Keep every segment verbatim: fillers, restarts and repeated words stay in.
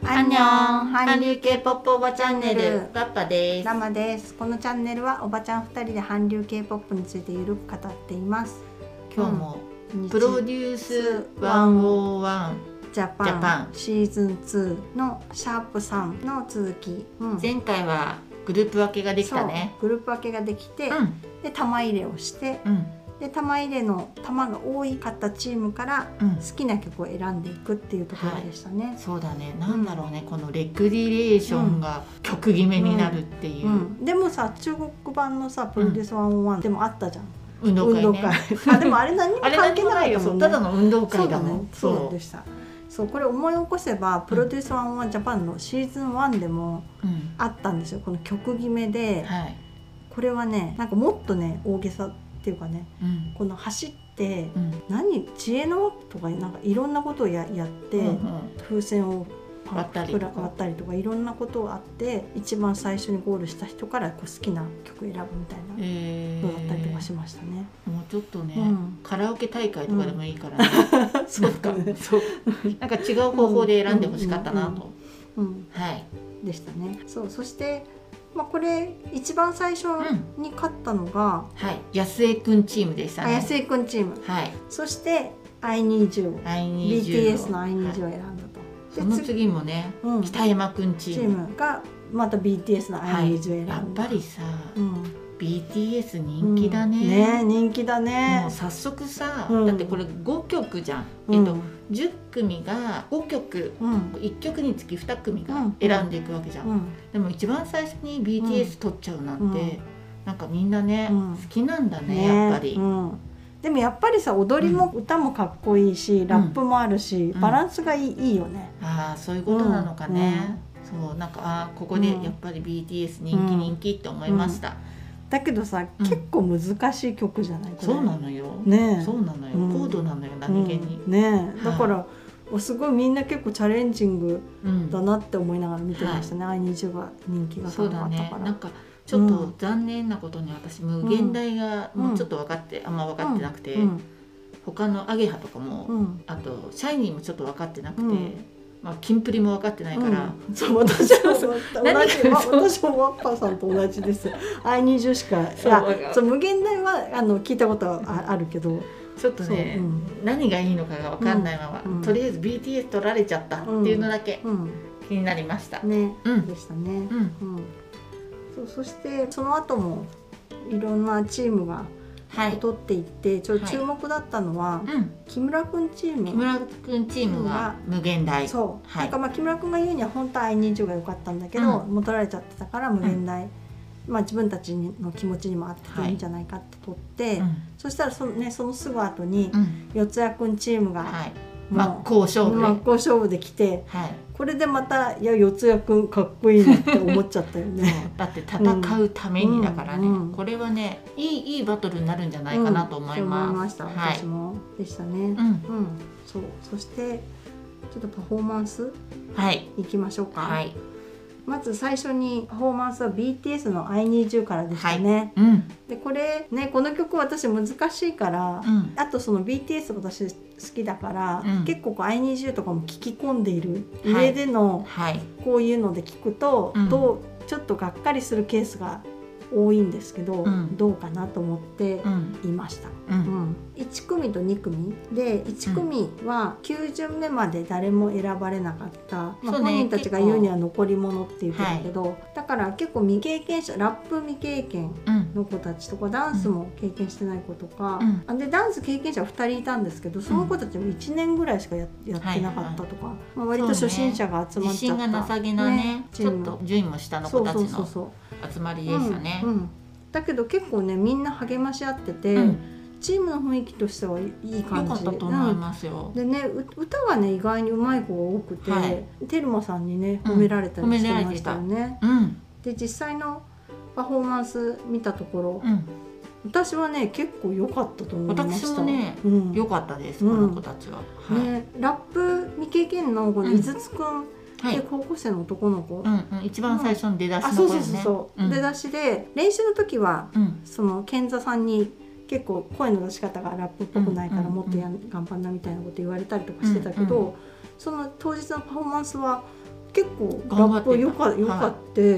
アンニョン、韓流 K-ポップ おばチャンネル、ガッパです。 ラマです。このチャンネルはおばちゃんふたりで韓流 K-ポップ についてゆるく語っています。 今日も、うん、プロデュースひゃくいちジャパン、パンシーズンツーのシャープさんの続き、 うん、前回はグループ分けができたね。 グループ分けができて、うん、で玉入れをして、うんで玉入れの玉が多かったチームから好きな曲を選んでいくっていうところでしたね、うんはい、 そうだね。なんだろうね、うん、このレクリレーションが曲決めになるっていう、うんうん、 でもさ中国版のさプロデュースひゃくいちでもあったじゃん、 運動会ね。 運動会あでもあれ何も関係なかったもんね。 ただの運動会だもん。 そうだね、そうでした。そうこれ思い起こせばプロデュースひゃくいちジャパンのシーズンワンでもあったんですよ、この曲決めで、はい、これはねなんかもっとね大げさっていうかね、うん、この走って、うん、何知恵のとかなんかいろんなことを や, やって、うんうん、風船を割ったりとか割ったりとかいろんなことがあって一番最初にゴールした人からこう好きな曲選ぶみたいなのだったりとかしましたね、 えー、もうちょっとね、うん、カラオケ大会とかでもいいからね、うん、そうかそうなんか違う方法で選んでほしかったなと、 うんうんうんうん、はいでしたね。そうそしてまあ、これ一番最初に勝ったのが、 うんはい、安江くんチームでしたね。 安江くんチーム、はい、そして アイにじゅう を ビーティーエス の アイにじゅう を選んだと、はい、 その次もね、うん、北山くんチーム、 チームがまた ビーティーエス の アイにじゅう を選んだ、 はい、やっぱりさ、うん、ビーティーエス 人気だね、うん、 ね人気だね。 もう早速さ、うん、だってこれごきょくじゃん、うん、えっとじゅっくみがごきょく、うん、いっきょくにつきにくみが選んでいくわけじゃん、うん、でも一番最初に ビーティーエス 取っちゃうなんて、うん、なんかみんなね、うん、好きなんだね、ねやっぱり、うん、 でもやっぱりさ踊りも歌もかっこいいし、うん、ラップもあるし、バランスがいい、いいよね。 ああそういうことなのかね、そうなんかあここでやっぱり ビーティーエス 人気人気って思いました、 だけどさ、うん、結構難しい曲じゃないこれ。 そうなのよ、 ね、 そうなのよ、うん、高度なのよ何気に、 うん、ねだから、はあ、すごいみんな結構チャレンジングだなって思いながら見てましたね、うんはい、アイにじゅう が人気が高かったから。そうだね、 なんかちょっと残念なことに私無限大がもうちょっと分かって、うん、あんま分かってなくて、うん、他のアゲハとかも、うん、あとシャイニーもちょっと分かってなくて、うんまあ、キンプリも分かってないから、 うん、そう私も同じ私もワッパーさんと同じです。アイにじゅう しかそう無限大はあの聞いたことは あ, あるけどちょっとね、うん、何がいいのかが分かんないまま、うん、とりあえず ビーティーエス 取られちゃったっていうのだけ気になりました、 うん、ね、うん、でしたね、うんうん、そうそしてその後もいろんなチームが取っていって、はい、ちょっと注目だったのは、はいうん、木村くんチーム木村くんチームが無限大そう、はい、なんかまあ木村くんが言うには本当は アイにじゅう が良かったんだけど、うん、もう取られちゃってたから無限大、うんまあ、自分たちの気持ちにも合ってていいんじゃないかって取って、はいうん、そしたら その,、ね、そのすぐ後に、うん、四谷くんチームが、はい、 真っ向勝負で真っ向勝負で来て、はい、これでまたいや四谷くんかっこいいなって思っちゃったよねだって戦うためにだからね、うんうん、これはねいい、いいバトルになるんじゃないかなと思います、 うん、思いました、はい、私もでしたね、うんうん、そうそしてちょっとパフォーマンス、はい、いきましょうか、はいまず最初にパフォーマンスは ビーティーエス の アイにじゅう からでしたね、はいうん、でこれねこの曲私難しいから、うん、あとその ビーティーエス 私好きだから、うん、結構こう アイにじゅう とかも聞き込んでいる、はい、上でのこういうので聞くと、はい、どうちょっとがっかりするケースが多いんですけど、うん、どうかなと思っていました、うんうん、いち組とに組でいち組はきゅう巡目まで誰も選ばれなかった、うんまあ、本人たちが言うには残り物って言ってたけど、はい、だから結構未経験者ラップ未経験の子たちとか、うん、ダンスも経験してない子とか、うん、でダンス経験者はふたりいたんですけどその子たちもいちねんぐらいしか や, やってなかったとか、はいはいまあ、割と初心者が集まっちゃった、ね、自信がなさげなね、ねちょっと順位も下の子たちのそうそうそうそう集まりでしたね、うんうん、だけど結構ねみんな励まし合ってて、うん、チームの雰囲気としてはいい感じ良かったと思いますよ、 うん、でね歌はね意外に上手い子が多くて、はい、テルマさんにね褒められたりしてましたよね、うん、で実際のパフォーマンス見たところ、うん、私はね結構良かったと思いました。 私もね良、うん、かったです、この子たちは、 はいね、ラップ未経験のこの井筒くん、で高校生の男の子、 うんうん、一番最初の出だしの子ですね、うん、そうそうそう、 うん、出だしで練習の時は、うん、その健座さんに結構声の出し方がラップっぽくないからもっとやん、うんうん、頑張んなみたいなこと言われたりとかしてたけど、うんうん、その当日のパフォーマンスは結構ラップよかよかって、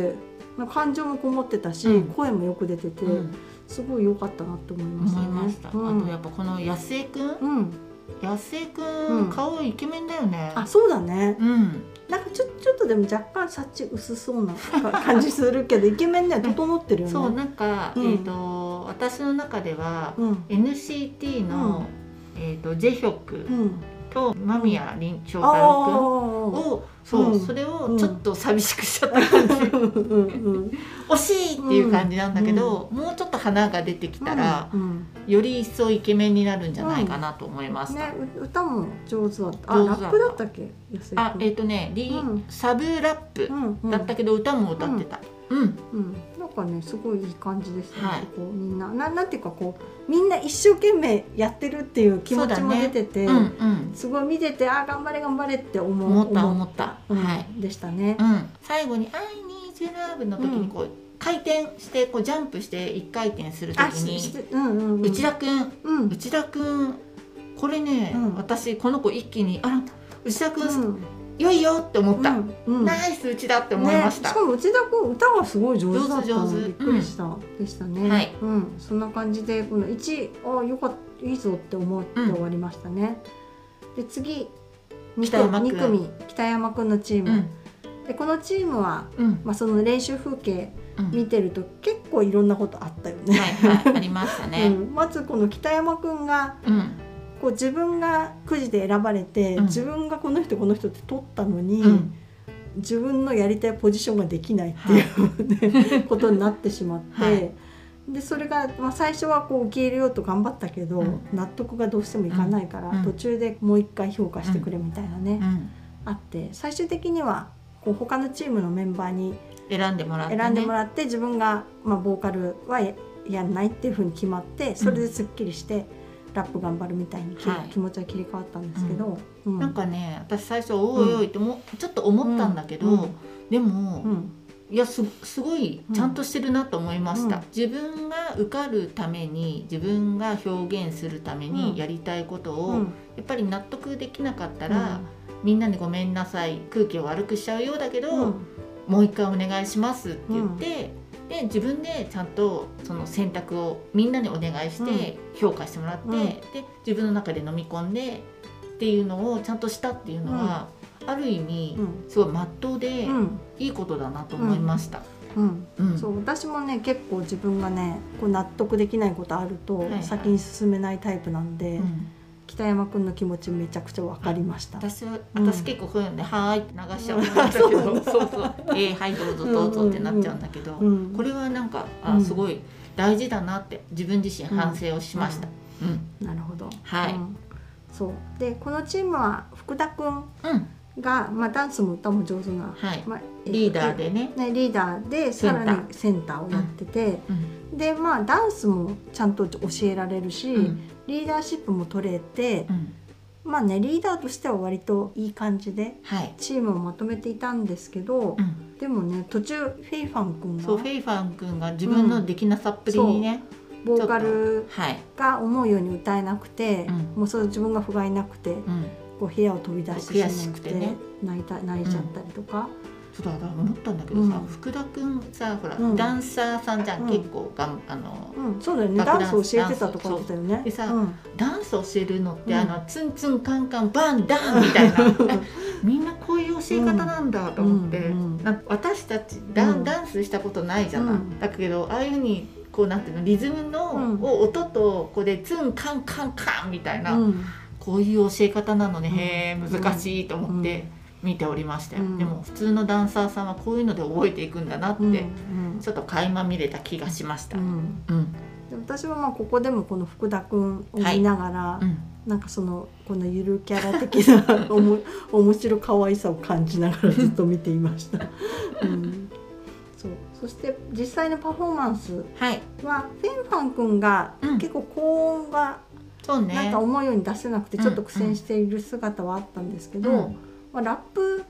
はい、感情もこもってたし、うん、声もよく出てて、うん、すごい良かったなと思いましたね。 思いました、うん、あとやっぱこの安江くん、うん、安江くん、うん、顔イケメンだよね。 あ、そうだね、 うん、 なんかちょ、ちょっとでも若干サッチ薄そうな感じするけどイケメンね、整ってるよね。 そう、なんか、うん、えーと私の中では、うん、エヌシーティー の、うん、えーとジェヒョク、うんと間宮林長太郎くんを、そう、うん、それをちょっと寂しくしちゃった感じ、惜しいっていう感じなんだけど、うんうん、もうちょっと花が出てきたら、うんうん、より一層イケメンになるんじゃないかなと思いました、 うんね、歌も上手だった。あ、ラップだったっけ？ あ、えっ、ー、とねリ、うん、サブラップだったけど歌も歌ってた、うんうん、 なんかねすごいいい感じですね、はい、こうみんなななんていうかこうみんな一生懸命やってるっていう気持ちも出てて、ね、うんうん、すごい見ててあ頑張れ頑張れって思う思った思った、 うん、 はい、 でしたね、 うん、最後に「I need you love」の時にこう、うん、回転してこうジャンプして一回転する時に内田くん、うん、内田くんこれね、うん、私この子一気にあら内田くん、うん良いよって思った、うんうん、ナイス内田って思いました、 ね、しかも内田君歌がすごい上手だったのでびっくりした、うん、でしたね、はい、うん、そんな感じでこのいちあよかったいいぞって思って終わりましたね、うん、で次に組北山君のチーム、うん、でこのチームは、うんまあ、その練習風景見てると結構いろんなことあったよね、 はいはい、ありましたね、 うん、まずこの北山君が、うんこう自分がくじで選ばれて、うん、自分がこの人この人って取ったのに、うん、自分のやりたいポジションができないっていう、はい、ことになってしまって、はい、でそれが、まあ、最初はこう受け入れようと頑張ったけど、うん、納得がどうしてもいかないから、うん、途中でもう一回評価してくれみたいなね、うん、あって最終的にはこう他のチームのメンバーに選んでもらって、ね、 選んでもらって自分が、まあ、ボーカルは や, やんないっていうふうに決まってそれですっきりして、ラップ頑張るみたいに、はい、気持ちは切り替わったんですけど、 うんうん、なんかね私最初おいおいっても、うん、ちょっと思ったんだけど、うん、でも、うん、いや す, すごいちゃんとしてるなと思いました、うん、自分が受かるために自分が表現するためにやりたいことを、うん、やっぱり納得できなかったら、みんなにごめんなさい空気を悪くしちゃうようだけど、もう一回お願いしますって言って、で自分でちゃんとその選択をみんなにお願いして評価してもらって、うん、で自分の中で飲み込んでっていうのをちゃんとしたっていうのは、うん、ある意味すごい真っ当でいいことだなと思いました。 うんうん、そう私もね結構自分がねこう納得できないことあると先に進めないタイプなんで、はいはい、うん北山くんの気持ちめちゃくちゃ分かりました。 私は私結構こういうので、うん、はーいって流しちゃうんだけど、そうそうえー、はいどうぞどうぞってなっちゃうんだけど、うんうん、これはなんかあすごい大事だなって自分自身反省をしました。 うんうんうん、なるほど。 はい。 うん、そうでこのチームは福田くんが、まあ、ダンスも歌も上手な、 はいまあ、 リーダーでね、 ねリーダーでさらにセンターをやってて、うんうん、でまあダンスもちゃんと教えられるし。うんリーダーシップも取れて、うん、まあねリーダーとしては割といい感じでチームをまとめていたんですけど、はい、でもね途中フェイファン君がそうフェイファン君が自分のできなさっぷりにね、 うん、ボーカルが思うように歌えなくて、はい、もうそれ自分が不甲斐なくて、うん、こう部屋を飛び出してしまって、ね、泣いた泣いちゃったりとか。 そうだ思ったんだけどさ、うん、福田くんさほら、うん、ダンサーさんじゃん、うん、結構がんあの、 うん、そうだよねダンス教えてたとか言ってたよねでさ、うん、ダンス教えるのって、うん、あのツンツンカンカンバンダンみたいなみんなこういう教え方なんだと思って、うんうん、な私たちダン、ダンスしたことないじゃない、うん、だけどああいうふうにこうなんていうのリズムの、うん、を音とこうでツンカンカンカンみたいな、うん、こういう教え方なのね、うん、へえ難しいと思って。うん見ておりましたよ、うん、でも普通のダンサーさんはこういうので覚えていくんだなって、うんうん、ちょっと垣間見れた気がしました、うんうん、 で私はまあここでもこの福田くんを見ながら、はいうん、なんかそのこのゆるキャラ的なおも面白可愛さを感じながらずっと見ていました、うん、そうそして実際のパフォーマンスは、はい、フェンファンくんが結構高音がなんか思うように出せなくてちょっと苦戦している姿はあったんですけど、うんうんまあ、ラップ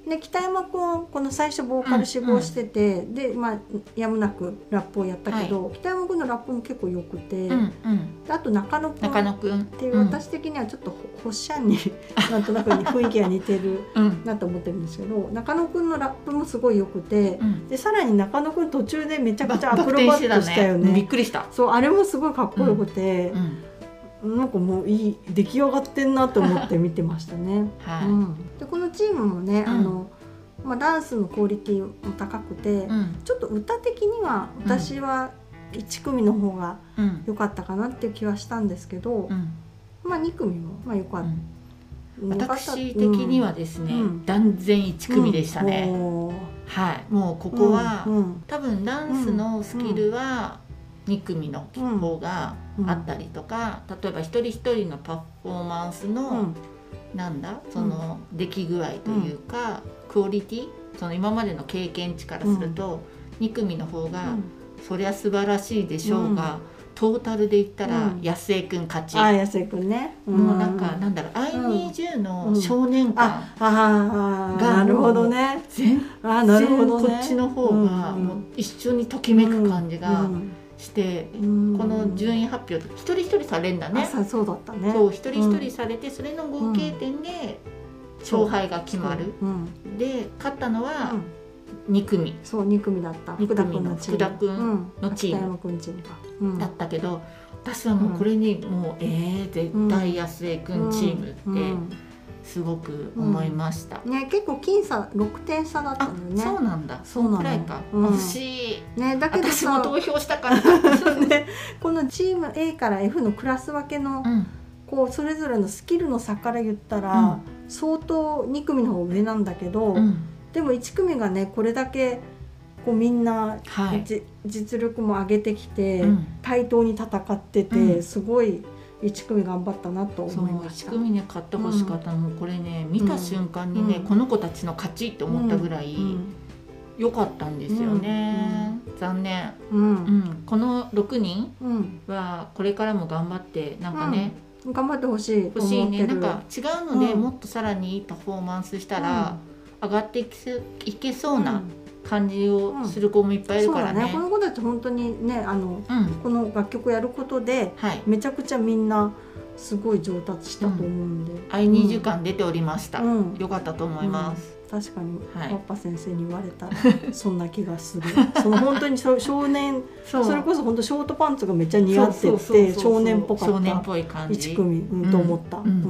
で北山くんこの最初ボーカル志望してて、うんうん、でまあやむなくラップをやったけど、はい、北山くんのラップも結構よくて、うんうん、あと中野くんっていう、私的にはちょっとホッシャンになんとなく雰囲気が似てるなと思ってるんですけど、中野くんのラップもすごいよくて、うん、でさらに中野くん途中でめちゃくちゃアクロバットしたよね。 びっくりした。 そうあれもすごいかっこよくて、うんうん、なんかもういい出来上がってんなと思って見てましたね。はい、うん、でこのチームもね、うん、あのまあ、ダンスのクオリティも高くて、うん、ちょっと歌的には私はいち組の方が良かったかなっていう気はしたんですけど、うん、まあに組もまあ良かった。 うん、私的にはですね、うん、断然いち組でしたね。うん、はい、もうここは、うん、多分ダンスのスキルはに組の方があったりとか、例えば一人一人のパフォーマンスの、なんだその出来具合というか、クオリティ、その今までの経験値からすると、に組の方が、そりゃ素晴らしいでしょうが、トータルで言ったら安江くん勝ち。 あ、安江くんね。 もうなんかなんだろう、アイにじゅう の少年感がなるほどね。 全然こっちの方がもう一緒にときめく感じがして、この順位発表と一人一人されるんだね。 そうだったね。 そう一人一人されて、それの合計点で勝敗が決まる。で勝ったのはに組。 そうに組だった。 福田君のチーム。福田君のチームだったけど、私はもうこれにもうええ絶対安江君チームってすごく思いました。 ね、結構僅差ろくてん差だったのね。 そうなんだ。そのくらいか。惜しい。 ね、だけど私も投票したから。 ね、このチーム エー から エフ のクラス分けのこうそれぞれのスキルの差から言ったら相当に組の方が上なんだけど。でもいち組がねこれだけこうみんな、はい、実力も上げてきて、うん、対等に戦ってて、うん、すごいいち組頑張ったなと思いました。 いち組ね勝ってほしかったの、うん、もうこれね見た瞬間にね、うん、この子たちの勝ちって思ったぐらい良かったんですよね、うんうん、残念、うんうん、このろくにんはこれからも頑張ってなんかね、 うん、頑張ってほしい欲しいね。なんか違うので、うん、もっとさらにいいパフォーマンスしたら、うん、上がっていけそうな感じをする子もいっぱいいるからね。うんうん、 そうだね。この子たち本当にねあの、うん、この楽曲やることで、はい、めちゃくちゃみんなすごい上達したと思うんで、うん、 アイにじゅう 感出ておりました、うん、よかったと思います、 うん、確かに、はい、パッパ先生に言われたらそんな気がする。その本当に少年そ, それこそ本当ショートパンツがめっちゃ似合ってて少年っぽかった。 少年っぽい感じいち組、うん、と思った、うんうんうん、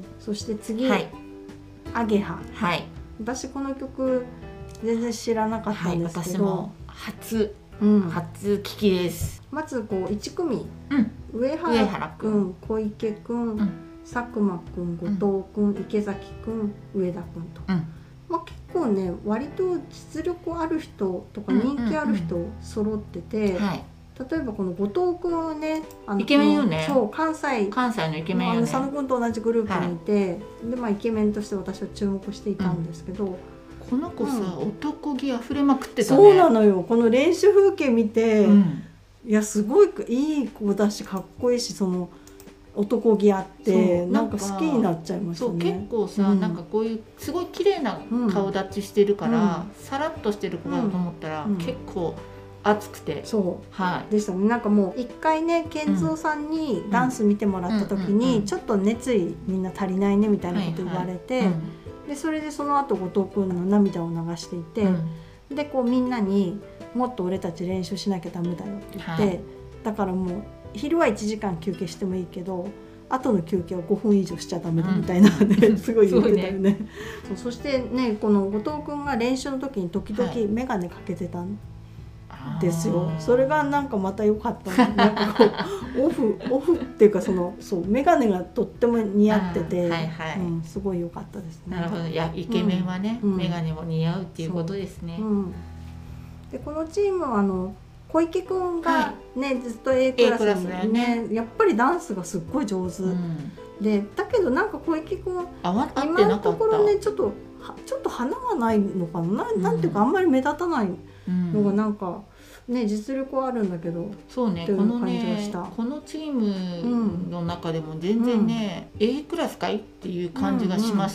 そして次、はい、アゲハ、はい、私この曲全然知らなかったんですけど、はい、私も初、うん、初聞きです。 まずこういち組、うん、上原くん、小池くん、うん、佐久間くん、後藤くん、うん、池崎くん、上田くんと、うん、まあ、結構ね割と実力ある人とか人気ある人揃ってて、うんうんうん、はい、例えばこの後藤くんはねあのイケメンよね。 そう関西関西のイケメンよね。 佐野くんと同じグループにいて、はい、でまあイケメンとして私は注目していたんですけど、うん、 この子さ、うん、男気あふれまくってたね。 そうなのよ。この練習風景見て、うん、いやすごいいい子だしかっこいいし、その男気あってなんか好きになっちゃいましたね。 そう結構さ、うん、なんかこういうすごい綺麗な顔立ちしてるから、うん、さらっとしてる子だと思ったら、うん、結構熱くて、 そう、はい、でしたね。なんかもう一回ね健三さんにダンス見てもらった時にちょっと熱意みんな足りないねみたいなこと言われて、はいはい、うん、でそれでその後後藤くんの涙を流していて、うん、でこうみんなにもっと俺たち練習しなきゃダメだよって言って、はい、だからもう昼はいちじかん休憩してもいいけど後の休憩はごふん以上しちゃダメだみたいな、うん、すごい言ってたよね。そう、そしてねこの後藤くんが練習の時に時々眼鏡かけてたんですよ、はい、それがなんかまた良かった。なんかこうオフオフっていうかそのそう眼鏡がとっても似合ってて、はいはい、うん、すごい良かったですね。 なるほど。いやイケメンはね、うん、眼鏡も似合うっていうことですね。 うん、でこのチームはあの小池くんがね、はい、ずっと A クラスに ね, ねやっぱりダンスがすっごい上手、うん、でだけどなんか小池くん今のところねちょっとちょっと花がないのかな、うん、なんていうかあんまり目立たないのがなんか、ね、実力はあるんだけど、 そうね、このねこのチームの中でも全然ね、うん、A クラスかいっていう感じがしました。 う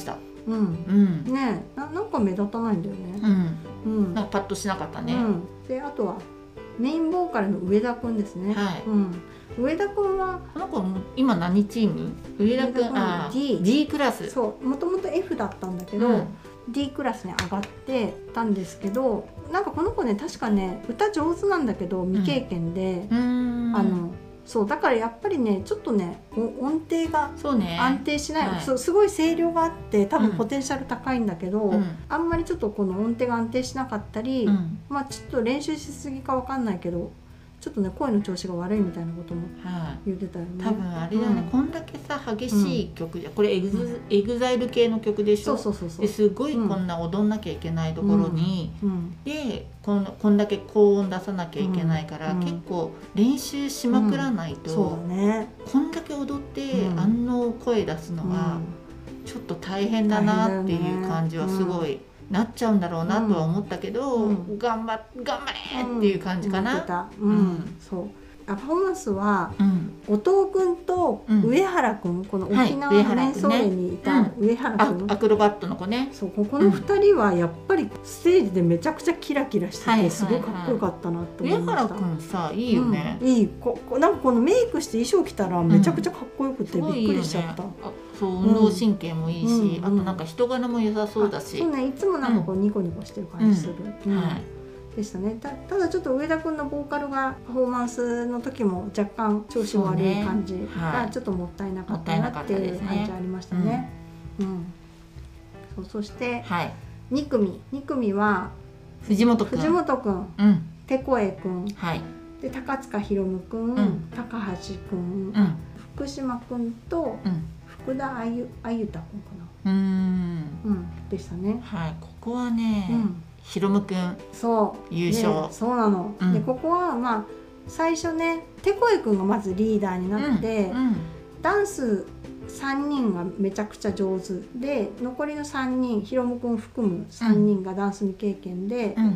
うん、うん、ねな、なんか目立たないんだよね。 うん、うん、なんかパッとしなかったね。うん、 であとはメインボーカルの上田くんですね。はい、うん、上田くんはこの子今何チーム？上田くんあ D, D クラス。 そう、もともと F だったんだけど、うん、D クラスに上がってたんですけど、なんかこの子ね確かね歌上手なんだけど未経験で、うん、あのそうだからやっぱりねちょっとね音程が安定しない、ね、はい、そうすごい声量があって多分ポテンシャル高いんだけど、うん、あんまりちょっとこの音程が安定しなかったり、うん、まあちょっと練習しすぎかわかんないけどちょっとね声の調子が悪いみたいなことも言ってたよね。 多分あれだね、うん、こんだけさ激しい曲じゃ、これエグズ、エグザイル系の曲でしょ。そうそうそうそう。ですごいこんな踊んなきゃいけないところに、うん、でこんこんだけ高音出さなきゃいけないから、うん、結構練習しまくらないと、うん、そうだね、こんだけ踊って、うん、あの声出すのはちょっと大変だなっていう感じはすごい。なっちゃうんだろうなとは思ったけど、うん、頑張頑張れっていう感じかな。 うん、うん、そう。パフォーマンスは、うん、後藤君と上原君、うん、この沖縄のメンソーレにいた上原君、 うん、アクロバットの子ね。 そう、ここのふたりはやっぱりステージでめちゃくちゃキラキラしてて、はい、すごいかっこよかったなと思いました。 上原君さいいよね。 うん、いいこなんかこのメイクして衣装着たらめちゃくちゃかっこよくてびっくりしちゃった。 そう運動神経もいいし、うん、あとなんか人柄も良さそうだし、 そうね、いつもなんかこうニコニコしてる感じする、うんうんはい、でしたね。 た, ただちょっと上田君のボーカルがパフォーマンスの時も若干調子悪い感じがちょっともったいなかったなっていう感じありましたね。うんうん、そうそして、はい、に組に組は藤本君藤本君、うん、てこえ君、はい、で高塚ひろむ君、うん、高橋君、うん、福島君と、うん福田あゆあゆたくんかな。うん、うん、でしたね。 はい、ここはね、うん、ひろむくん、そう優勝、 ね、そうなの。うん、でここはまあ最初ね、てこえくんがまずリーダーになって、うんうん、ダンスさんにんがめちゃくちゃ上手で、残りのさんにん、ひろむくん含むさんにんがダンス未経験で、うん、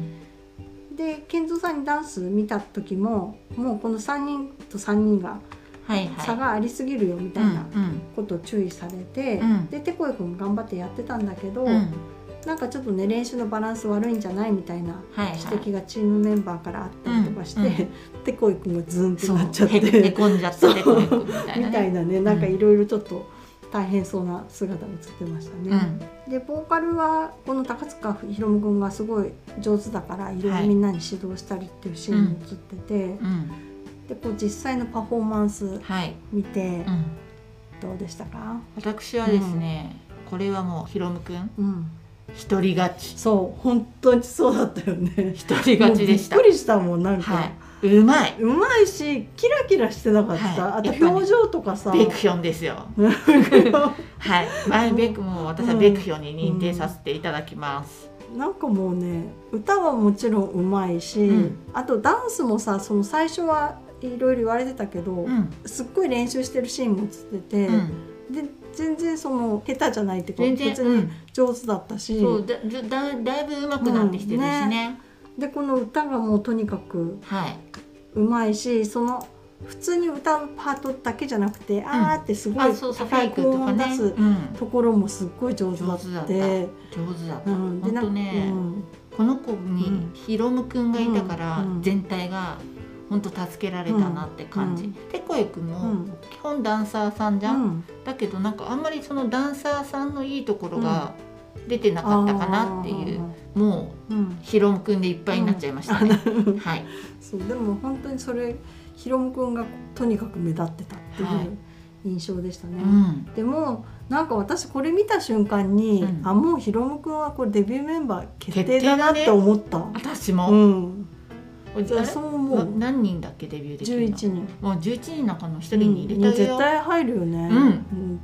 で健三さんにダンス見た時も、もうこのさんにんとさんにんがはいはい、差がありすぎるよみたいなことを注意されて、うんうん、でてこえくん頑張ってやってたんだけど、うん、なんかちょっとね練習のバランス悪いんじゃないみたいな指摘がチームメンバーからあったりとかして、はいはい、てこえくんがズンってなっちゃってへこんじゃっててこえくんみたいなねみたいなね、なんかいろいろちょっと大変そうな姿が映ってましたね。うん、でボーカルはこの高塚ひろむくんがすごい上手だからいろいろみんなに指導したりっていうシーンも映ってて、うんうんでこう実際のパフォーマンス見て、はいうん、どうでしたか？ 私はですね、うん、これはもうひろむくん、うん、一人勝ち。 そう本当にそうだったよね。 一人勝ちでした。 びっくりしたもんなんか、はい、 うまいうまいしキラキラしてなかった、はい、あと表情とかさ、 ベクヒョンですよはい前ベクも私はベクヒョンに認定させていただきます。 うん、なんかもうね歌はもちろんうまいし、うん、あとダンスもさその最初はいろいろ言われてたけど、うん、すっごい練習してるシーンも映ってて、うん、で全然その下手じゃないっていうか別に上手だったし、 うん、そう だ, だ, だいぶ上手くなってきてるしね。うん、ねでこの歌がもうとにかくうまいし、はい、その普通に歌うパートだけじゃなくて、うん、あーってすごい高い高音を出すところもすっごい上手だって。上手だった上手だった、うん、でなんかね、うん、この子にひろむくんがいたから全体が本当助けられたなって感じ。てこえくんも基本ダンサーさんじゃん、うん、だけどなんかあんまりそのダンサーさんのいいところが出てなかったかなっていう、うん、もう、うん、ひろむくんでいっぱいになっちゃいましたね。うん、はい。 そうでも本当にそれひろむくんがとにかく目立ってたっていう印象でしたね。はいうん、でもなんか私これ見た瞬間に、うん、あもうひろむくんはこれデビューメンバー決定だなって思った。ね、 私も。うんそう思う。 何人だっけデビューできるの？ じゅういちにん。 もうじゅういちにんの中のひとりに入れてあげよう。 絶対入るよね。うん、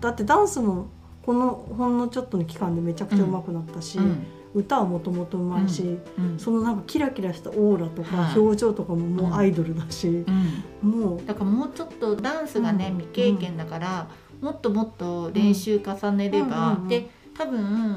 だってダンスもこのほんのちょっとの期間でめちゃくちゃ上手くなったし、うん、歌はもともと上手いし、うんうん、そのなんかキラキラしたオーラとか表情とかももうアイドルだし、うんうん、もうだからもうちょっとダンスがね、うん、未経験だから、もっともっと練習重ねれば、うん、で多分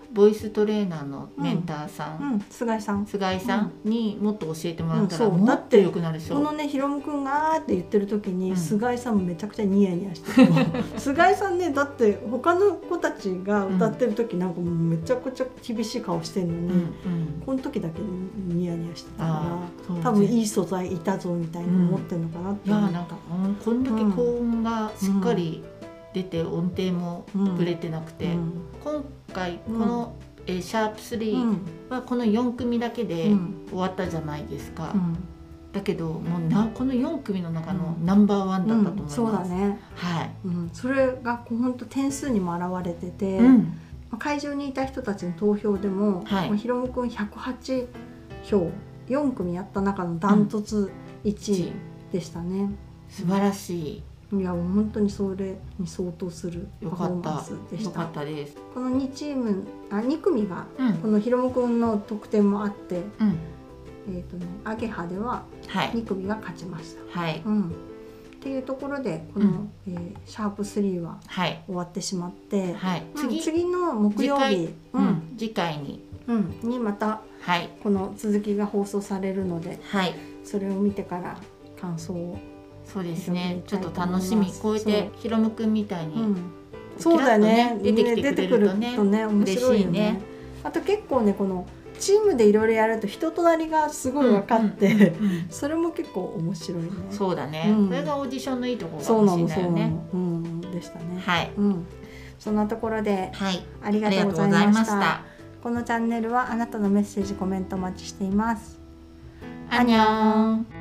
ボイストレーナーのメンターさん、 うんうん、菅井さん菅井さんにもっと教えてもらったら、うん、もっと良くなるでしょ。 このねひろむくんがあーって言ってる時に、うん、菅井さんもめちゃくちゃニヤニヤしてる菅井さんねだって他の子たちが歌ってる時なんかもうめちゃくちゃ厳しい顔してるのに、うんうん、この時だけニヤニヤしてたから多分いい素材いたぞみたいに思ってるのかなって思った、うん、いやなんか、 うん、こんだけ高音がしっかり出て音程もぶれてなくて、うん、今回この、うん、えシャープスリーはこのよん組だけで終わったじゃないですか、うん、だけどもうなこのよん組の中のナンバーワンだったと思います、 うんうん、そうだね、 はいうん、それが本当点数にも表れてて、うん、会場にいた人たちの投票でも、はい、ひろむくんひゃくはちひょうよん組やった中のダントツいちいでしたね、うん、 素晴らしい。 いや本当にそれに相当するパフォーマンスでした。 よかったです。 このにチームあに組が、うん、このひろむくんの得点もあって、うん、えっとねアゲハではに組が勝ちました。はい。うん。っていうところでこの、うんえー、シャープスリーは終わってしまって、はい、次、うん、次の木曜日、 次, うん、次回に、 うん、にまた、はい、この続きが放送されるので、はい、それを見てから感想をそうですね。ちょっと楽しみ。こうやってひろむくんみたいに、うん、 そうだね。 出てきてくれるとね、 とね面白いよね。ねあと結構ねこのチームでいろいろやると人となりがすごい分かって、うんうんうん、それも結構面白いね。 そうだね。うん、それがオーディションのいいところかもしれないよね。 そうなのそうなの、うん、でしたね。 はい。 うん、そんなところで、はい、ありがとうございました。このチャンネルはあなたのメッセージコメントお待ちしています。 アンニョン。